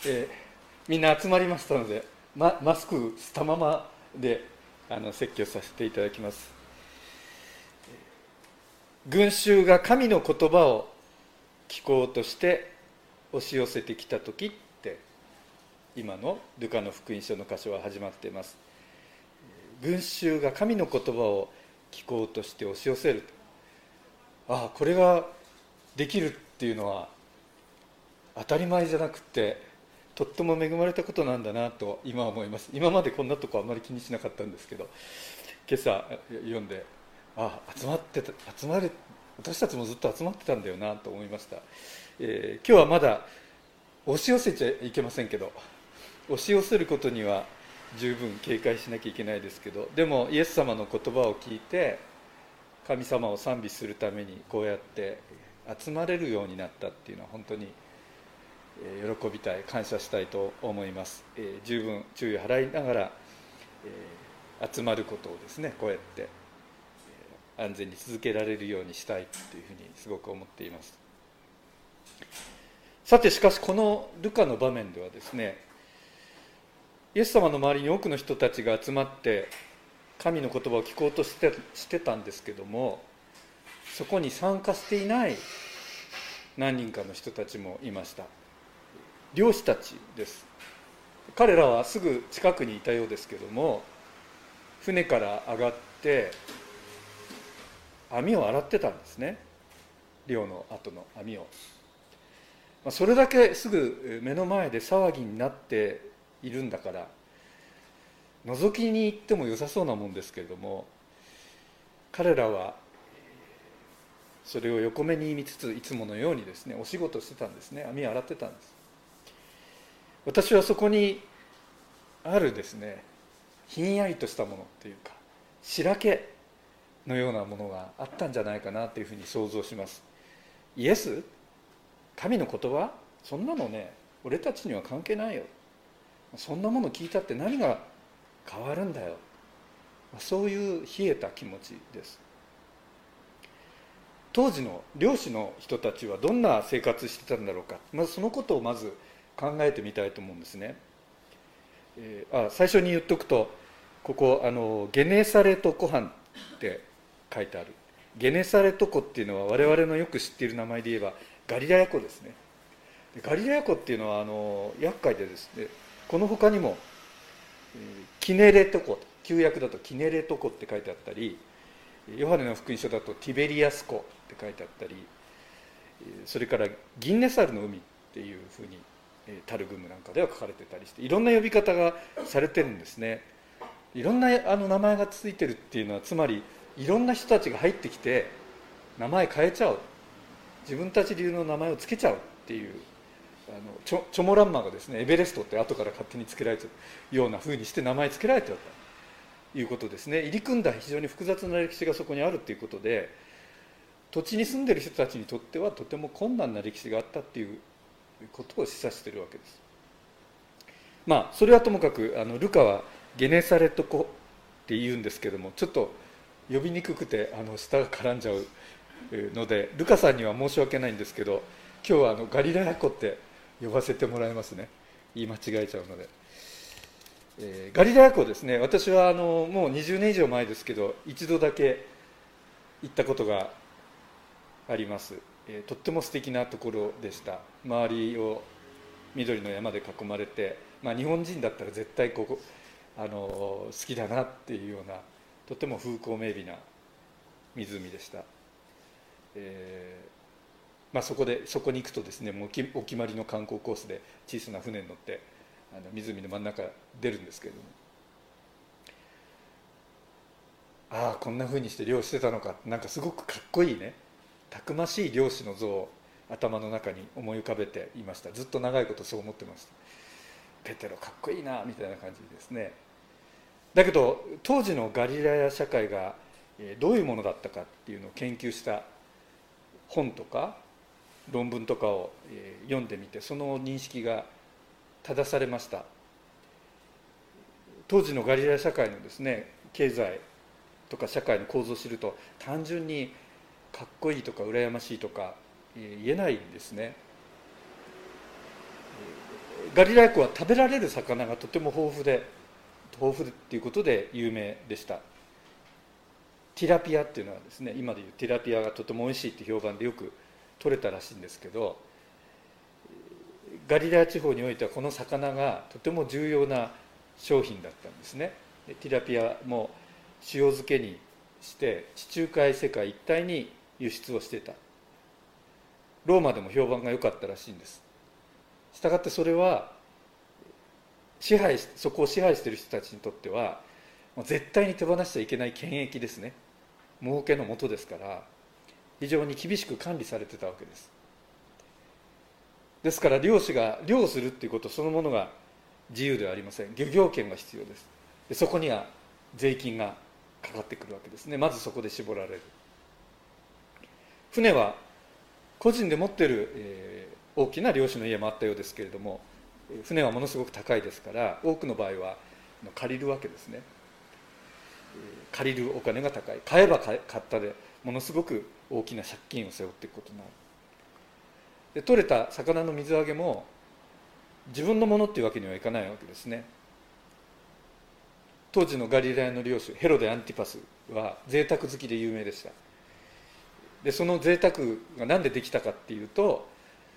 みんな集まりましたので、マスクしたままで説教させていただきます。群衆が神の言葉を聞こうとして押し寄せてきた時って、今のルカの福音書の箇所は始まっています。群衆が神の言葉を聞こうとして押し寄せると、これができるっていうのは当たり前じゃなくて、とっても恵まれたことなんだなと今思います。今までこんなとこあんまり気にしなかったんですけど、今朝読んで、集まる、私たちもずっと集まってたんだよなと思いました。今日はまだ押し寄せちゃいけませんけど、押し寄せることには十分警戒しなきゃいけないですけど、でもイエス様の言葉を聞いて神様を賛美するためにこうやって集まれるようになったっていうのは本当に喜びたい、感謝したいと思います。十分注意を払いながら、集まることをですね、こうやって安全に続けられるようにしたいというふうにすごく思っています。さて、しかしこのルカの場面ではですね、イエス様の周りに多くの人たちが集まって神の言葉を聞こうとしてたんですけども、そこに参加していない何人かの人たちもいました。漁師たちです。彼らはすぐ近くにいたようですけども、船から上がって網を洗ってたんですね。漁の後の網を。それだけすぐ目の前で騒ぎになっているんだから、覗きに行っても良さそうなもんですけれども、彼らはそれを横目に見つつ、いつものようにですね、お仕事してたんですね。網を洗ってたんです。私はそこにあるですね、ひんやりとしたものっていうか、白けのようなものがあったんじゃないかなというふうに想像します。イエス、神の言葉、そんなのね、俺たちには関係ないよ。そんなもの聞いたって何が変わるんだよ。そういう冷えた気持ちです。当時の漁師の人たちはどんな生活してたんだろうか、まずそのことをまず考えてみたいと思うんですね。最初に言っておくと、ここゲネサレト湖畔って書いてある。ゲネサレト湖っていうのは我々のよく知っている名前で言えばガリラヤ湖ですね。ガリラヤ湖っていうのは厄介でですね、この他にもキネレト湖、旧約だとキネレト湖って書いてあったり、ヨハネの福音書だとティベリアス湖って書いてあったり、それからギンネサルの海っていうふうにタルグムなんかでは書かれてたりして、いろんな呼び方がされてるんですね。いろんな名前がついてるっていうのは、つまりいろんな人たちが入ってきて名前変えちゃう、自分たち流の名前をつけちゃうっていう、チョモランマがですね、エベレストって後から勝手につけられちゃうような風にして名前つけられちゃったということですね。入り組んだ非常に複雑な歴史がそこにあるということで、土地に住んでいる人たちにとってはとても困難な歴史があったっていうことを示唆しているわけです。それはともかくルカはゲネサレト湖って言うんですけども、ちょっと呼びにくくて舌が絡んじゃうので、ルカさんには申し訳ないんですけど、今日はガリラヤ湖って呼ばせてもらいますね。言い間違えちゃうので、ガリラヤ湖ですね。私はもう20年以上前ですけど、一度だけ行ったことがあります。とっても素敵なところでした。周りを緑の山で囲まれて、日本人だったら絶対ここ好きだなっていうような、とても風光明媚な湖でした。そこに行くとですね、もうお決まりの観光コースで小さな船に乗って湖の真ん中出るんですけれども、こんな風にして漁してたのか、なんかすごくかっこいいね、たくましい漁師の像を頭の中に思い浮かべていました。ずっと長いことそう思ってました。ペテロかっこいいなみたいな感じですね。だけど当時のガリラヤ社会がどういうものだったかっていうのを研究した本とか論文とかを読んでみて、その認識が正されました。当時のガリラヤ社会のですね、経済とか社会の構造を知ると、単純にかっこいいとか羨ましいとか言えないんですね。 ガリラヤ湖は食べられる魚がとても豊富でっていうことで有名でした。ティラピアっていうのはですね、今でいうティラピアがとても美味しいって評判でよく取れたらしいんですけど、ガリラヤ地方においてはこの魚がとても重要な商品だったんですね。でティラピアも塩漬けにして地中海世界一帯に輸出をしていた。ローマでも評判が良かったらしいんです。したがってそれはそこを支配している人たちにとってはもう絶対に手放しちゃいけない権益ですね。儲けのもとですから非常に厳しく管理されてたわけです。ですから漁師が漁をするっていうことそのものが自由ではありません。漁業権が必要です。でそこには税金がかかってくるわけですね。まずそこで絞られる。船は個人で持っている、大きな漁師の家もあったようですけれども、船はものすごく高いですから多くの場合は借りるわけですね。借りるお金が高い。買えば買ったでものすごく大きな借金を背負っていくことになる。で取れた魚の水揚げも自分のものっていうわけにはいかないわけですね。当時のガリラヤの領主ヘロデ・アンティパスは贅沢好きで有名でした。でその贅沢が何でできたかっていうと、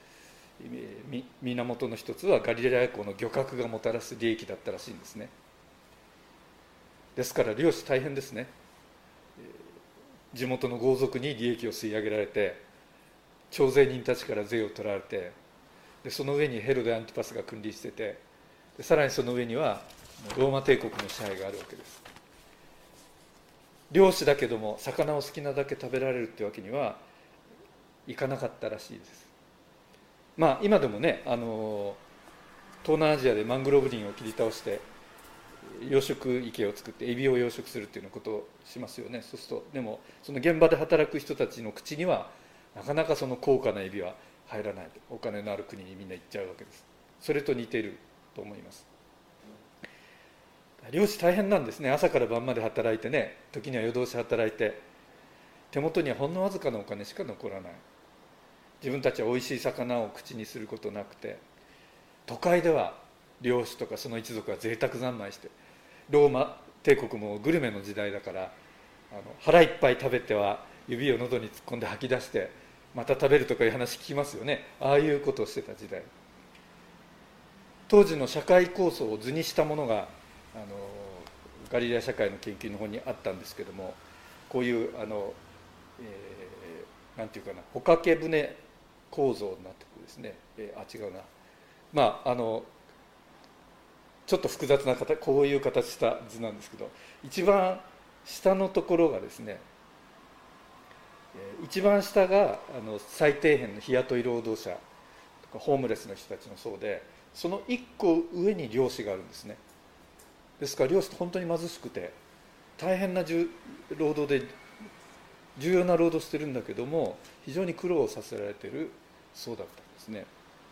源の一つはガリラヤ湖の漁獲がもたらす利益だったらしいんですね。ですから漁師大変ですね。地元の豪族に利益を吸い上げられて徴税人たちから税を取られて、でその上にヘロデ・アンティパスが君臨してて、でさらにその上にはローマ帝国の支配があるわけです。漁師だけども魚を好きなだけ食べられるってわけにはいかなかったらしいです。今でもね、東南アジアでマングローブ林を切り倒して養殖池を作ってエビを養殖するっていうようなことをしますよね。そうするとでもその現場で働く人たちの口にはなかなかその高価なエビは入らない。お金のある国にみんな行っちゃうわけです。それと似ていると思います。漁師大変なんですね。朝から晩まで働いてね、時には夜通し働いて、手元にはほんのわずかなお金しか残らない。自分たちはおいしい魚を口にすることなくて、都会では漁師とかその一族は贅沢三昧して、ローマ帝国もグルメの時代だから腹いっぱい食べては指を喉に突っ込んで吐き出してまた食べるとかいう話聞きますよね。ああいうことをしてた時代。当時の社会構想を図にしたものがガリラヤ社会の研究の方にあったんですけども、こういうなんていうかな、帆掛け船構造になっててですね、違うな、ちょっと複雑な形、こういう形した図なんですけど、一番下のところがですね、一番下が最底辺の日雇い労働者とかホームレスの人たちの層で、その一個上に漁師があるんですね。ですから漁師って本当に貧しくて大変な労働で重要な労働してるんだけども非常に苦労させられている層だったんですね。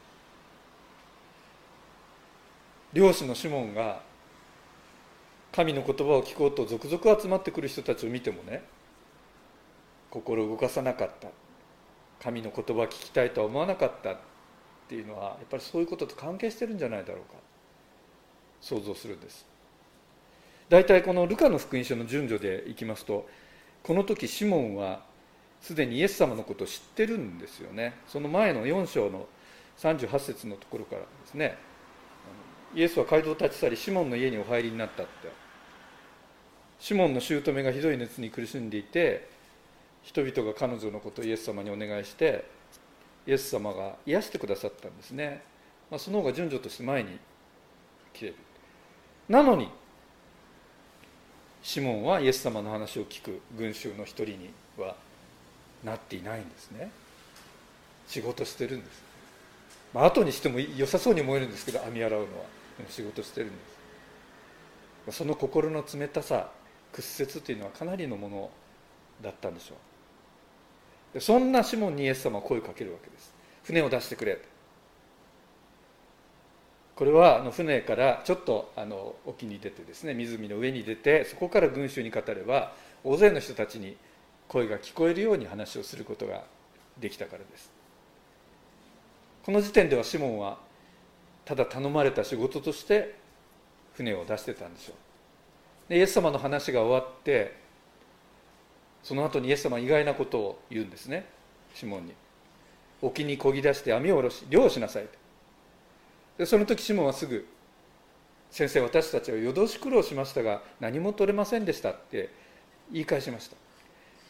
漁師のシモンが神の言葉を聞こうと続々集まってくる人たちを見てもね、心を動かさなかった、神の言葉を聞きたいとは思わなかったっていうのはやっぱりそういうことと関係してるんじゃないだろうか想像するんです。大体このルカの福音書の順序でいきますと、この時シモンはすでにイエス様のことを知ってるんですよね。その前の4章の38節のところからですね、イエスは街道を立ち去りシモンの家にお入りになったって。シモンの姑がひどい熱に苦しんでいて、人々が彼女のことをイエス様にお願いしてイエス様が癒してくださったんですね。その方が順序として前に来ている。なのにシモンはイエス様の話を聞く群衆の一人にはなっていないんですね。仕事してるんです。後にしても良さそうに思えるんですけど、網洗うのは仕事してるんです。その心の冷たさ、屈折というのはかなりのものだったんでしょう。そんなシモンにイエス様は声をかけるわけです。船を出してくれ。これは船からちょっと沖に出てですね、湖の上に出て、そこから群衆に語れば大勢の人たちに声が聞こえるように話をすることができたからです。この時点ではシモンはただ頼まれた仕事として船を出してたんでしょう。でイエス様の話が終わって、その後にイエス様は意外なことを言うんですね、シモンに。沖に漕ぎ出して網を下ろし漁をしなさいと。でその時シモンはすぐ、先生、私たちは夜通し苦労しましたが何も取れませんでしたって言い返しました。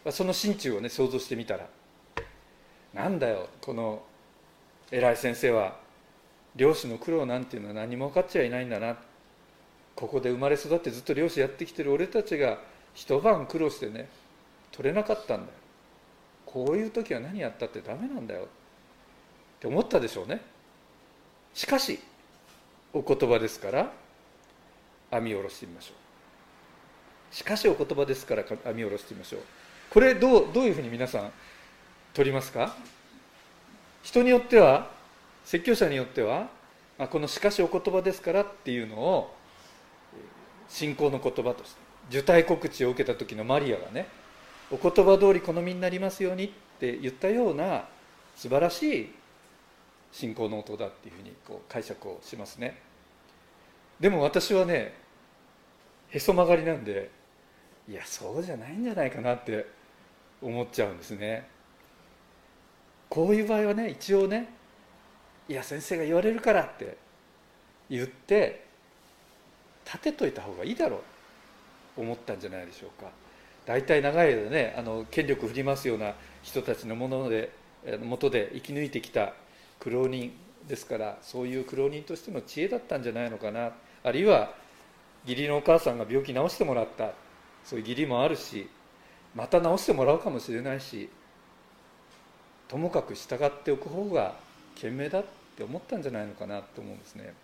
その心中をね、想像してみたら、なんだよこの偉い先生は、漁師の苦労なんていうのは何も分かっちゃいないんだな、ここで生まれ育ってずっと漁師やってきてる俺たちが一晩苦労してね取れなかったんだよ、こういう時は何やったってダメなんだよって思ったでしょうね。しかしお言葉ですから網を下ろしてみましょう。しかしお言葉ですから網を下ろしてみましょう。これどういうふうに皆さん取りますか？人によっては、説教者によっては、このしかしお言葉ですからっていうのを信仰の言葉として、受胎告知を受けた時のマリアがね、お言葉通りこの身になりますようにって言ったような素晴らしい信仰の音だっていうふうに解釈をしますね。でも私はね、へそ曲がりなんで、いやそうじゃないんじゃないかなって思っちゃうんですね。こういう場合はね、一応ね、いや先生が言われるからって言って立てといた方がいいだろうと思ったんじゃないでしょうか。大体長い間ね、権力振りますような人たちのもとで生き抜いてきた苦労人ですから、そういう苦労人としての知恵だったんじゃないのかな。あるいは義理のお母さんが病気治してもらった、そういう義理もあるし、また治してもらうかもしれないし、ともかく従っておく方が賢明だって思ったんじゃないのかなと思うんですね。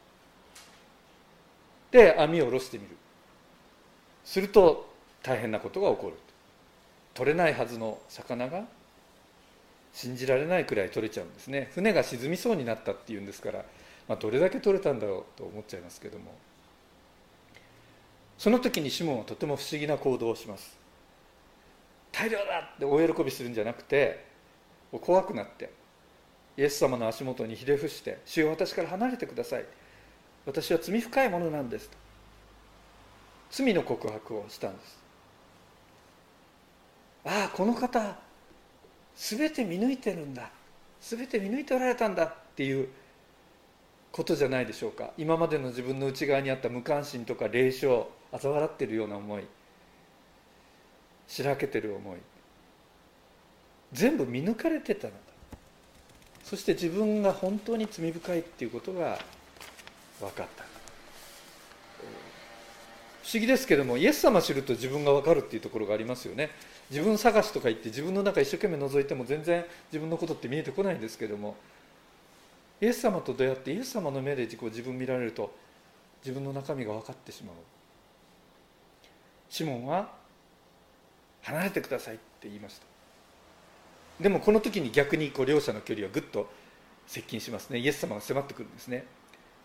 で網を下ろしてみる。すると大変なことが起こる。取れないはずの魚が信じられないくらい取れちゃうんですね。船が沈みそうになったっていうんですから、どれだけ取れたんだろうと思っちゃいますけども、その時にシモンはとても不思議な行動をします。大漁だって大喜びするんじゃなくて、怖くなってイエス様の足元にひれ伏して、主よ私から離れてください、私は罪深いものなんですと罪の告白をしたんです。ああこの方全て見抜いてるんだ、全て見抜いておられたんだっていうことじゃないでしょうか。今までの自分の内側にあった無関心とか冷笑、嘲笑っているような思い、しらけてる思い、全部見抜かれてたのだ。そして自分が本当に罪深いっていうことが分かった。不思議ですけども、イエス様知ると自分が分かるっていうところがありますよね。自分探しとか言って自分の中一生懸命覗いても全然自分のことって見えてこないんですけども、イエス様と出会ってイエス様の目で自分見られると自分の中身が分かってしまう。シモンは離れてくださいって言いました。でもこの時に逆に両者の距離はぐっと接近しますね。イエス様が迫ってくるんですね。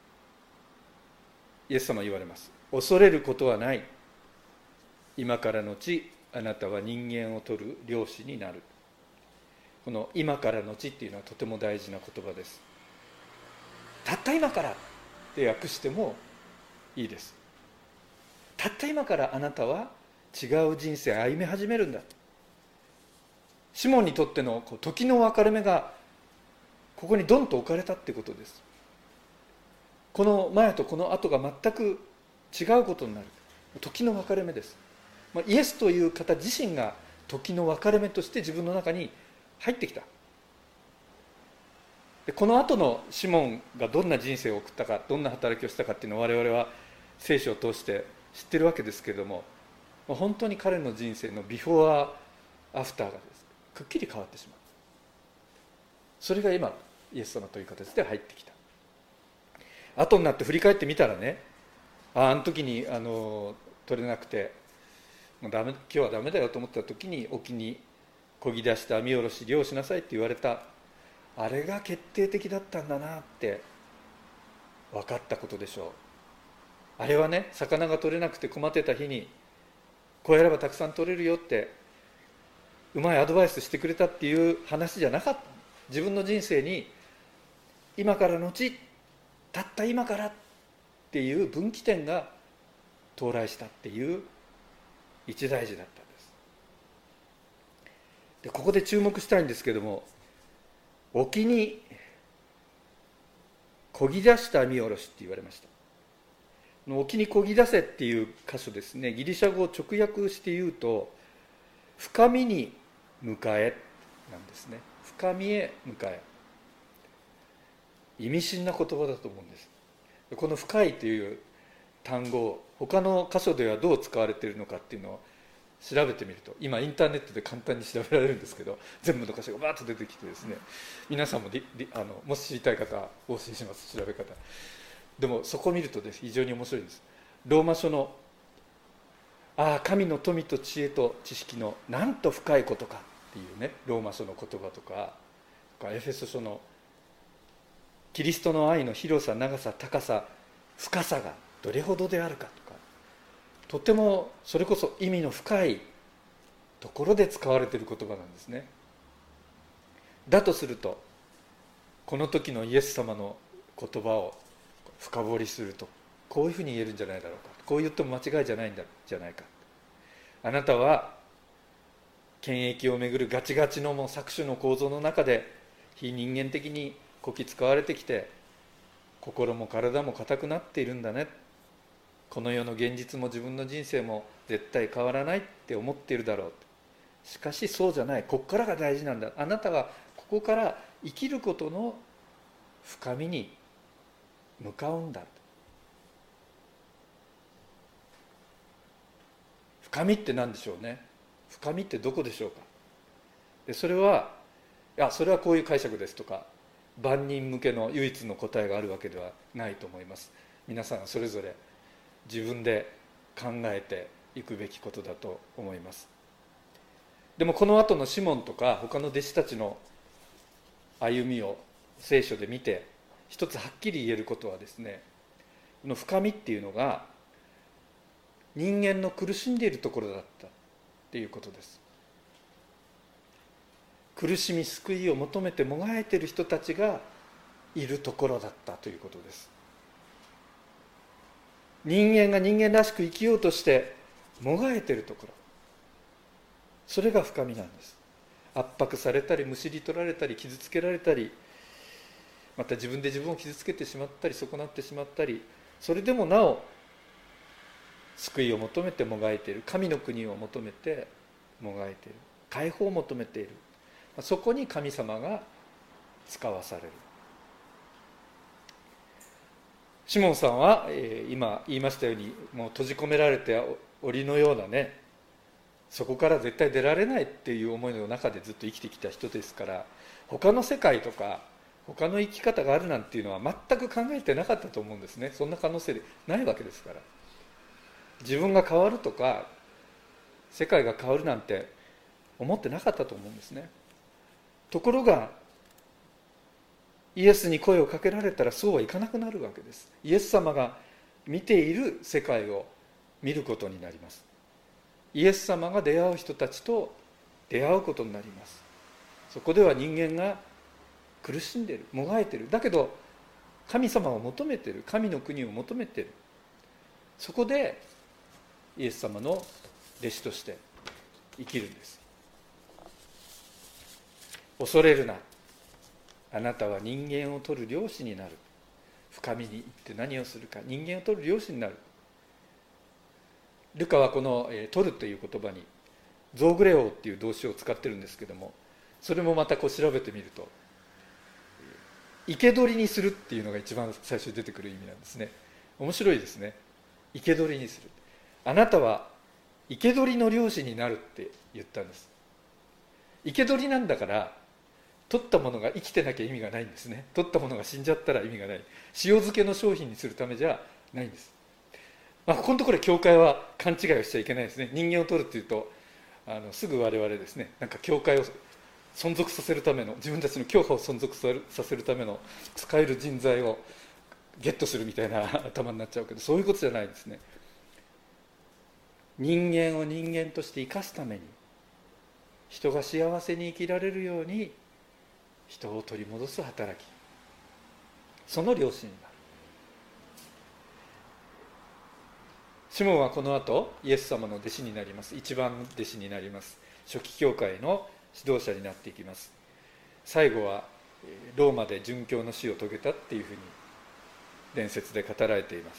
イエス様は言われます。恐れることはない。今からのちあなたは人間を取る漁師になる。この今からのちっていうのはとても大事な言葉です。たった今からって訳してもいいです。たった今からあなたは違う人生を歩み始めるんだ。シモンにとっての時の分かれ目がここにドンと置かれたってことです。この前とこの後が全く違うことになる。時の分かれ目です。イエスという方自身が時の分かれ目として自分の中に入ってきた。でこの後のシモンがどんな人生を送ったか、どんな働きをしたかっていうのを我々は聖書を通して知ってるわけですけれども、本当に彼の人生のビフォーアフターがですくっきり変わってしまう。それが今イエス様という形で入ってきた。後になって振り返ってみたらね、あの時に取れなくてもう今日はダメだよと思った時に沖に漕ぎ出して網下ろし漁しなさいって言われた、あれが決定的だったんだなって分かったことでしょう。あれはね、魚が取れなくて困ってた日にこうやればたくさん取れるよってうまいアドバイスしてくれたっていう話じゃなかった。自分の人生に今からのちたった今からっていう分岐点が到来したっていう一大事だったんです。でここで注目したいんですけども、沖に漕ぎ出した網下ろしって言われました。沖に漕ぎ出せっていう箇所ですね、ギリシャ語を直訳して言うと深みに迎えなんですね。深みへ迎え、意味深な言葉だと思うんです。この深いという単語、他の箇所ではどう使われているのかっていうのを調べてみると、今インターネットで簡単に調べられるんですけど、全部の箇所がバーッと出てきてですね、皆さんももし知りたい方お教えします、調べ方。でもそこを見るとです、非常に面白いんです。ローマ書の神の富と知恵と知識のなんと深いことかっていうね、ローマ書の言葉とかエフェソ書のキリストの愛の広さ、長さ、高さ、深さがどれほどであるかとか、とてもそれこそ意味の深いところで使われている言葉なんですね。だとすると、この時のイエス様の言葉を深掘りするとこういうふうに言えるんじゃないだろうか、こう言っても間違いじゃないんじゃないか。あなたは権益をめぐるガチガチのもう搾取の構造の中で非人間的にこき使われてきて、心も体も硬くなっているんだね。この世の現実も自分の人生も絶対変わらないって思っているだろう。しかしそうじゃない、ここからが大事なんだ。あなたはここから生きることの深みに向かうんだ。深みって何でしょうね。深みってどこでしょうか。でそれはこういう解釈ですとか万人向けの唯一の答えがあるわけではないと思います。皆さんそれぞれ自分で考えていくべきことだと思います。でもこの後のシモンとか他の弟子たちの歩みを聖書で見て一つはっきり言えることはですね、この深みっていうのが人間の苦しんでいるところだったっていうことです。苦しみ救いを求めてもがいている人たちがいるところだったということです。人間が人間らしく生きようとしてもがいているところ、それが深みなんです。圧迫されたりむしり取られたり傷つけられたり、また自分で自分を傷つけてしまったり損なってしまったり、それでもなお救いを求めてもがいている、神の国を求めてもがいている、解放を求めている、そこに神様が使わされる。シモンさんは、今言いましたようにもう閉じ込められて檻のようなね、そこから絶対出られないっていう思いの中でずっと生きてきた人ですから、他の世界とか他の生き方があるなんていうのは全く考えてなかったと思うんですね。そんな可能性ないわけですから。自分が変わるとか世界が変わるなんて思ってなかったと思うんですね。ところがイエスに声をかけられたらそうはいかなくなるわけです。イエス様が見ている世界を見ることになります。イエス様が出会う人たちと出会うことになります。そこでは人間が苦しんでいる、もがいている、だけど神様を求めている、神の国を求めている。そこでイエス様の弟子として生きるんです。恐れるな、あなたは人間を取る漁師になる。深みに行って何をするか、人間を取る漁師になる。ルカはこの取るという言葉にゾーグレオっていう動詞を使ってるんですけども、それもまたこう調べてみると生け捕りにするっていうのが一番最初に出てくる意味なんですね。面白いですね。生け捕りにする、あなたは生け捕りの漁師になるって言ったんです。生け捕りなんだから取ったものが生きてなきゃ意味がないんですね。取ったものが死んじゃったら意味がない。塩漬けの商品にするためじゃないんです。ここのところ教会は勘違いをしちゃいけないですね。人間を取るっていうとすぐ我々ですね、なんか教会を存続させるための、自分たちの教派を存続させるための使える人材をゲットするみたいな頭になっちゃうけど、そういうことじゃないですね。人間を人間として生かすために、人が幸せに生きられるように人を取り戻す働き、その良心になる。 シモンはこの後イエス様の弟子になります。一番弟子になります。初期教会の指導者になっていきます。最後はローマで殉教の死を遂げたっていうふうに伝説で語られています。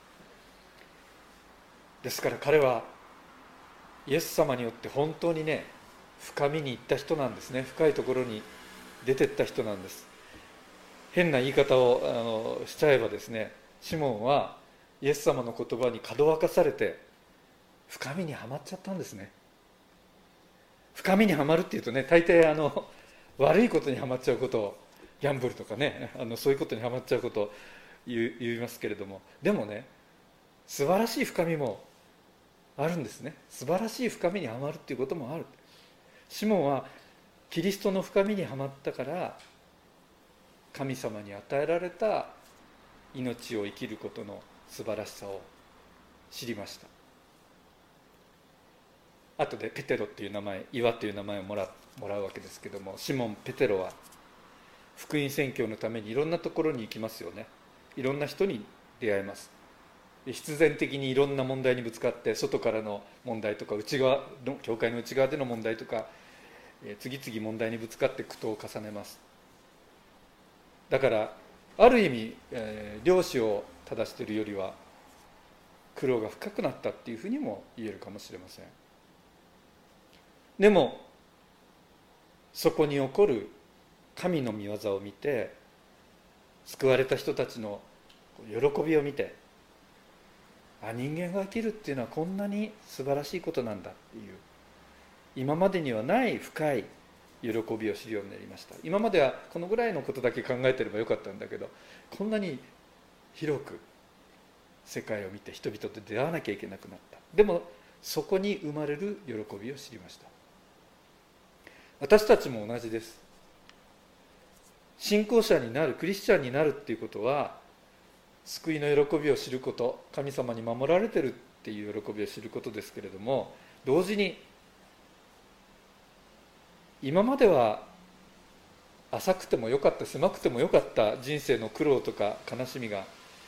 ですから彼はイエス様によって本当にね、深みに行った人なんですね。深いところに出てった人なんです。変な言い方をしちゃえばですね、シモンはイエス様の言葉にかどわかされて深みにはまっちゃったんですね。深みにはまるっていうとね、大抵悪いことにはまっちゃうことを、ギャンブルとかね、そういうことにはまっちゃうことを言いますけれども、でもね、素晴らしい深みもあるんですね。素晴らしい深みにはまるっていうこともある。シモンはキリストの深みにはまったから、神様に与えられた命を生きることの素晴らしさを知りました。後でペテロっていう名前、岩という名前をもらうわけですけども、シモン・ペテロは福音宣教のためにいろんなところに行きますよね。いろんな人に出会えます。必然的にいろんな問題にぶつかって、外からの問題とか内側の教会の内側での問題とか、次々問題にぶつかって苦闘を重ねます。だからある意味、漁師を正しているよりは苦労が深くなったっていうふうにも言えるかもしれません。でもそこに起こる神の御業を見て、救われた人たちの喜びを見て、人間が生きるっていうのはこんなに素晴らしいことなんだっていう、今までにはない深い喜びを知るようになりました。今まではこのぐらいのことだけ考えてればよかったんだけど、こんなに広く世界を見て人々と出会わなきゃいけなくなった。でもそこに生まれる喜びを知りました。私たちも同じです。信仰者になる、クリスチャンになるっていうことは、救いの喜びを知ること、神様に守られてるっていう喜びを知ることですけれども、同時に今までは浅くてもよかった、狭くてもよかった人生の苦労とか悲しみが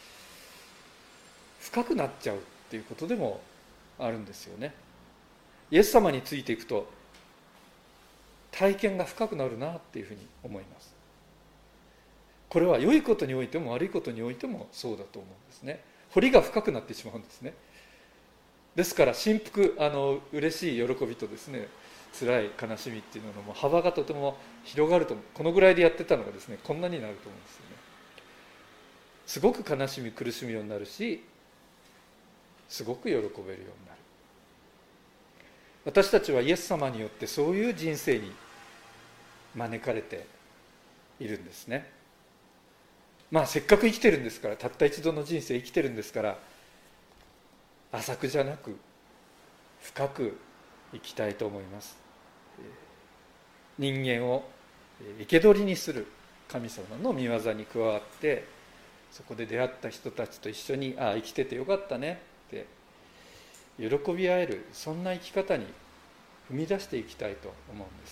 深くなっちゃうっていうことでもあるんですよね。イエス様についていくと体験が深くなるなっていうふうに思います。これは良いことにおいても悪いことにおいてもそうだと思うんですね。彫りが深くなってしまうんですね。ですから振幅、嬉しい喜びとですね、辛い悲しみっていうのの幅がとても広がると思う。このぐらいでやってたのがですね、こんなになると思うんですよね。すごく悲しみ苦しむようになるし、すごく喜べるようになる。私たちはイエス様によってそういう人生に招かれているんですね。せっかく生きてるんですから、たった一度の人生生きてるんですから、浅くじゃなく深く生きたいと思います。人間を生け捕りにする神様の御業に加わって、そこで出会った人たちと一緒に生きててよかったねって喜び合える、そんな生き方に踏み出していきたいと思うんです。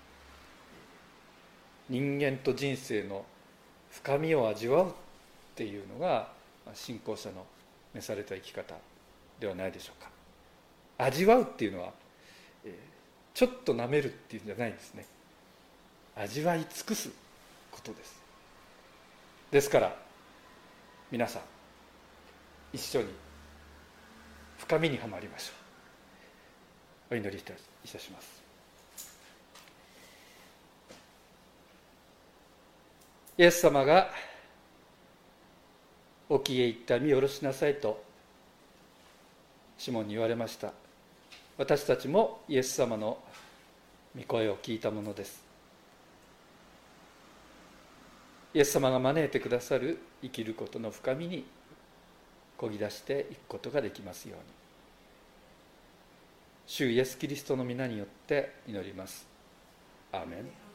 人間と人生の深みを味わうっていうのが信仰者の召された生き方ではないでしょうか。味わうっていうのはちょっと舐めるっていうんじゃないんですね。味わい尽くすことです。ですから皆さん一緒に深みにはまりましょう。お祈りいたします。イエス様が沖へ行った身を下ろしなさいとシモンに言われました。私たちもイエス様の御声を聞いたものです。イエス様が招いてくださる生きることの深みにこぎ出していくことができますように。主イエスキリストの皆によって祈ります。アーメン。